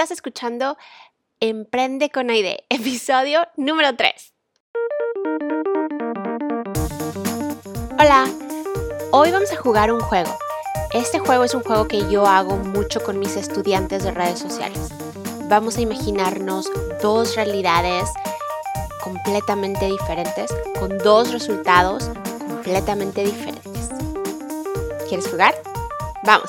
Estás escuchando Emprende con Aide, episodio número 3. Hola, hoy vamos a jugar un juego. Este juego es un juego que yo hago mucho con mis estudiantes de redes sociales. Vamos a imaginarnos dos realidades completamente diferentes, con dos resultados completamente diferentes. ¿Quieres jugar? ¡Vamos!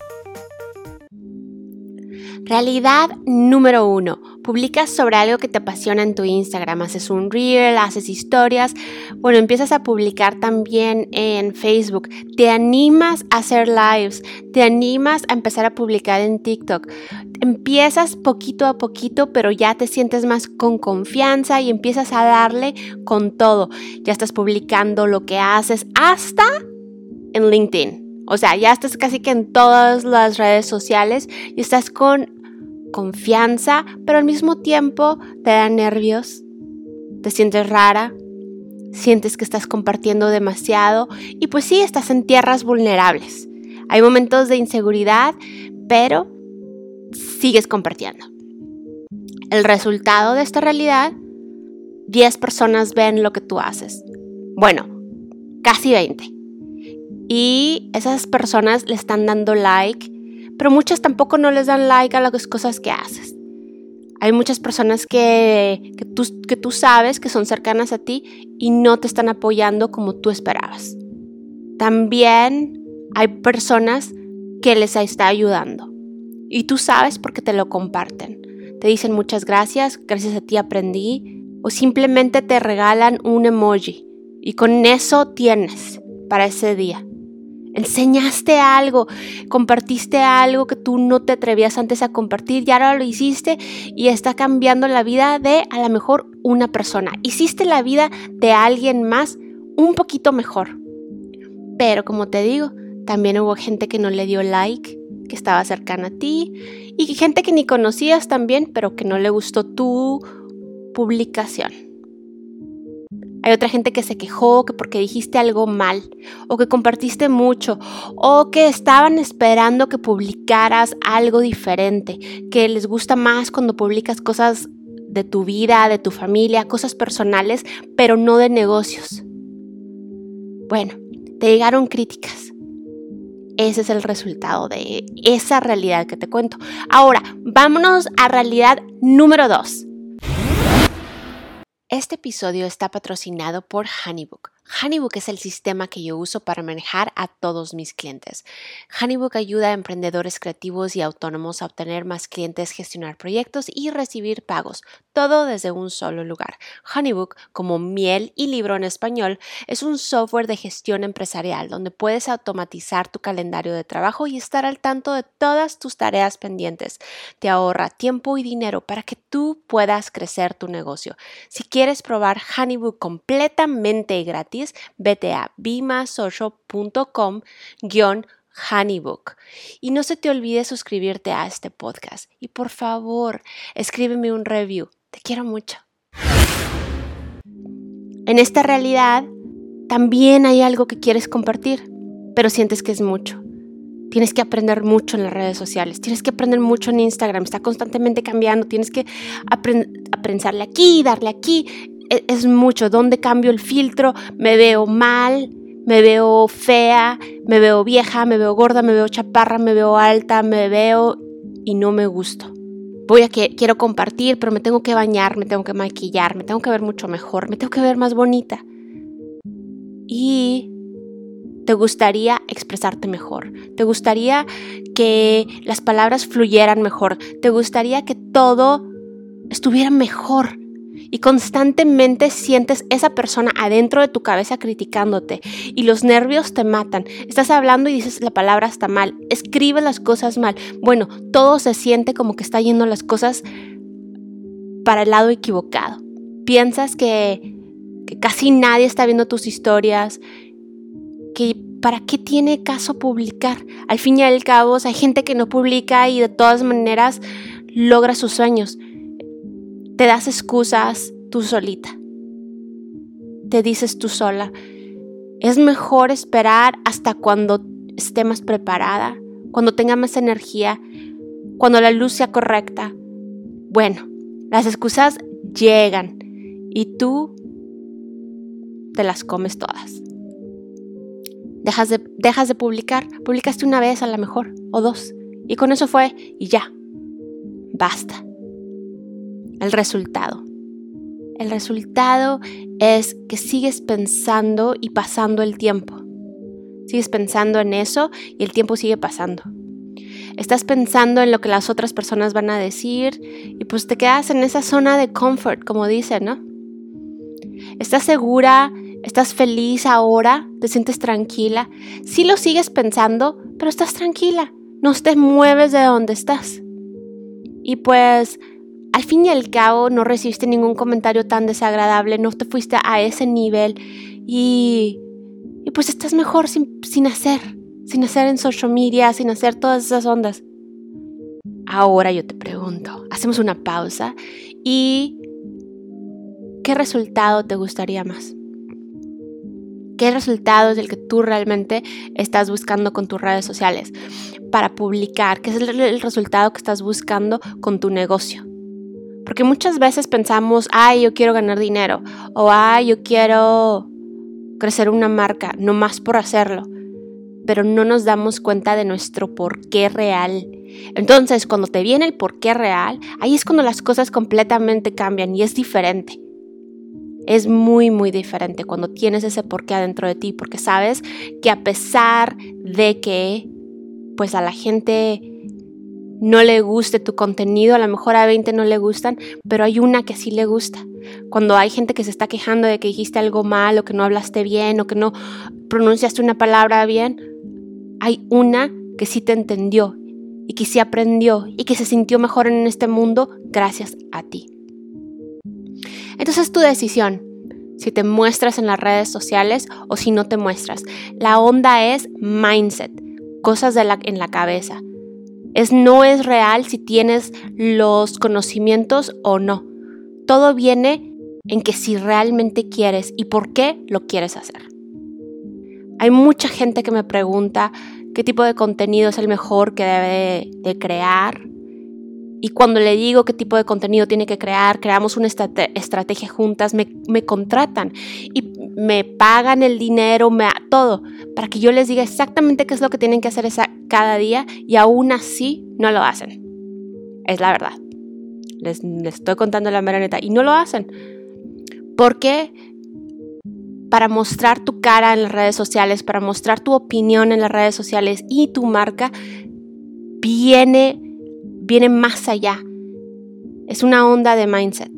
Realidad número 1. Publicas sobre algo que te apasiona en tu Instagram. Haces un reel, haces historias. Bueno, empiezas a publicar también en Facebook. Te animas a hacer lives. Te animas a empezar a publicar en TikTok. Empiezas poquito a poquito, pero ya te sientes más con confianza y empiezas a darle con todo. Ya estás publicando lo que haces hasta en LinkedIn. O sea, ya estás casi que en todas las redes sociales y estás con confianza, pero al mismo tiempo te da nervios, te sientes rara, sientes que estás compartiendo demasiado y pues sí, estás en tierras vulnerables. Hay momentos de inseguridad, pero sigues compartiendo. El resultado de esta realidad, 10 personas ven lo que tú haces. Bueno, casi 20. Y esas personas le están dando like, pero muchas tampoco no les dan like a las cosas que haces. Hay muchas personas que tú sabes que son cercanas a ti y no te están apoyando como tú esperabas. También hay personas que les está ayudando y tú sabes porque te lo comparten. Te dicen muchas gracias a ti aprendí, o simplemente te regalan un emoji y con eso tienes para ese día. Enseñaste algo, compartiste algo que tú no te atrevías antes a compartir y ahora lo hiciste y está cambiando la vida de a lo mejor una persona. Hiciste la vida de alguien más un poquito mejor. Pero como te digo, también hubo gente que no le dio like, que estaba cercana a ti y gente que ni conocías también, pero que no le gustó tu publicación. Hay otra gente que se quejó que porque dijiste algo mal o que compartiste mucho o que estaban esperando que publicaras algo diferente, que les gusta más cuando publicas cosas de tu vida, de tu familia, cosas personales, pero no de negocios. Bueno, te llegaron críticas. Ese es el resultado de esa realidad que te cuento. Ahora, vámonos a realidad número 2. Este episodio está patrocinado por Honeybook. Honeybook es el sistema que yo uso para manejar a todos mis clientes. Honeybook ayuda a emprendedores creativos y autónomos a obtener más clientes, gestionar proyectos y recibir pagos, todo desde un solo lugar. Honeybook, como miel y libro en español, es un software de gestión empresarial donde puedes automatizar tu calendario de trabajo y estar al tanto de todas tus tareas pendientes. Te ahorra tiempo y dinero para que tú puedas crecer tu negocio. Si quieres probar Honeybook completamente gratis, vete a bemasocial.com/Honeybook y no se te olvide suscribirte a este podcast. Y por favor, escríbeme un review. Te quiero mucho. En esta realidad también hay algo que quieres compartir, pero sientes que es mucho. Tienes que aprender mucho en las redes sociales, tienes que aprender mucho en Instagram, está constantemente cambiando, tienes que aprensarle aquí, darle aquí. Es mucho. ¿Dónde cambio el filtro? Me veo mal, me veo fea, me veo vieja, me veo gorda, me veo chaparra, me veo alta, me veo y no me gusto. Quiero compartir, pero me tengo que bañar, me tengo que maquillar, me tengo que ver mucho mejor, me tengo que ver más bonita. Y te gustaría expresarte mejor, te gustaría que las palabras fluyeran mejor, te gustaría que todo estuviera mejor. Y constantemente sientes esa persona adentro de tu cabeza criticándote y los nervios te matan. Estás hablando y dices la palabra está mal, escribes las cosas mal. Bueno, todo se siente como que está yendo las cosas para el lado equivocado. Piensas que casi nadie está viendo tus historias, que ¿para qué tiene caso publicar? Al fin y al cabo, hay gente que no publica y de todas maneras logra sus sueños. Te das excusas tú solita. Te dices tú sola. Es mejor esperar hasta cuando esté más preparada, cuando tenga más energía, cuando la luz sea correcta, Bueno, las excusas llegan y tú te las comes todas. Dejas de publicar. Publicaste una vez a lo mejor, o 2. Y con eso fue, y ya. Basta. El resultado es que sigues pensando y pasando el tiempo. Sigues pensando en eso y el tiempo sigue pasando. Estás pensando en lo que las otras personas van a decir y pues te quedas en esa zona de confort, como dicen, ¿no? ¿Estás segura? ¿Estás feliz ahora? ¿Te sientes tranquila? Sí lo sigues pensando, pero estás tranquila. No te mueves de donde estás. Y pues, al fin y al cabo, no recibiste ningún comentario tan desagradable, no te fuiste a ese nivel y pues estás mejor sin hacer en social media, sin hacer todas esas ondas. Ahora yo te pregunto, hacemos una pausa y ¿qué resultado te gustaría más? ¿Qué resultado es el que tú realmente estás buscando con tus redes sociales para publicar? ¿Qué es el resultado que estás buscando con tu negocio? Porque muchas veces pensamos, yo quiero ganar dinero o yo quiero crecer una marca, nomás por hacerlo, pero no nos damos cuenta de nuestro porqué real. Entonces, cuando te viene el porqué real, ahí es cuando las cosas completamente cambian y es diferente. Es muy, muy diferente cuando tienes ese porqué adentro de ti, porque sabes que a pesar de que pues a la gente no le guste tu contenido, a lo mejor a 20 no le gustan, pero hay una que sí le gusta. Cuando hay gente que se está quejando de que dijiste algo mal o que no hablaste bien o que no pronunciaste una palabra bien, hay una que sí te entendió y que sí aprendió y que se sintió mejor en este mundo gracias a ti. Entonces es tu decisión si te muestras en las redes sociales o si no te muestras. La onda es mindset, cosas en la cabeza. No es real si tienes los conocimientos o no. Todo viene en que si realmente quieres y por qué lo quieres hacer. Hay mucha gente que me pregunta qué tipo de contenido es el mejor que debe de crear. Y cuando le digo qué tipo de contenido tiene que crear, creamos una estrategia juntas, me contratan y me pagan el dinero, todo, para que yo les diga exactamente qué es lo que tienen que hacer cada día y aún así no lo hacen. Es la verdad. Les estoy contando la mera neta y no lo hacen. Porque para mostrar tu cara en las redes sociales, para mostrar tu opinión en las redes sociales y tu marca, viene más allá. Es una onda de mindset.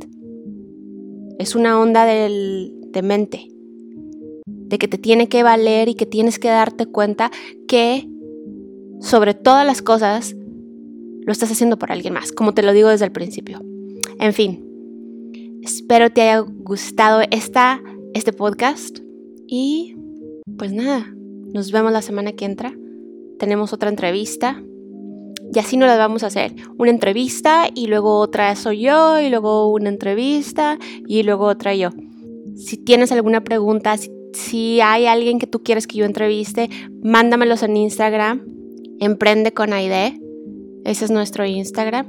Es una onda de mente. De que te tiene que valer y que tienes que darte cuenta que sobre todas las cosas lo estás haciendo por alguien más, como te lo digo desde el principio. En fin, espero te haya gustado este podcast y pues nada, nos vemos la semana que entra. Tenemos otra entrevista. Y así no las vamos a hacer. Una entrevista y luego otra soy yo y luego una entrevista y luego otra yo. Si tienes alguna pregunta, si hay alguien que tú quieres que yo entreviste, mándamelos en Instagram. Emprende con Aide. Ese es nuestro Instagram.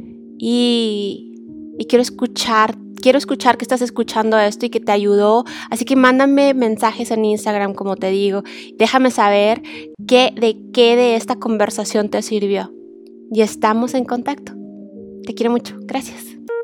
Y quiero escuchar que estás escuchando esto y que te ayudó. Así que mándame mensajes en Instagram, como te digo. Déjame saber qué de esta conversación te sirvió. Y estamos en contacto. Te quiero mucho. Gracias.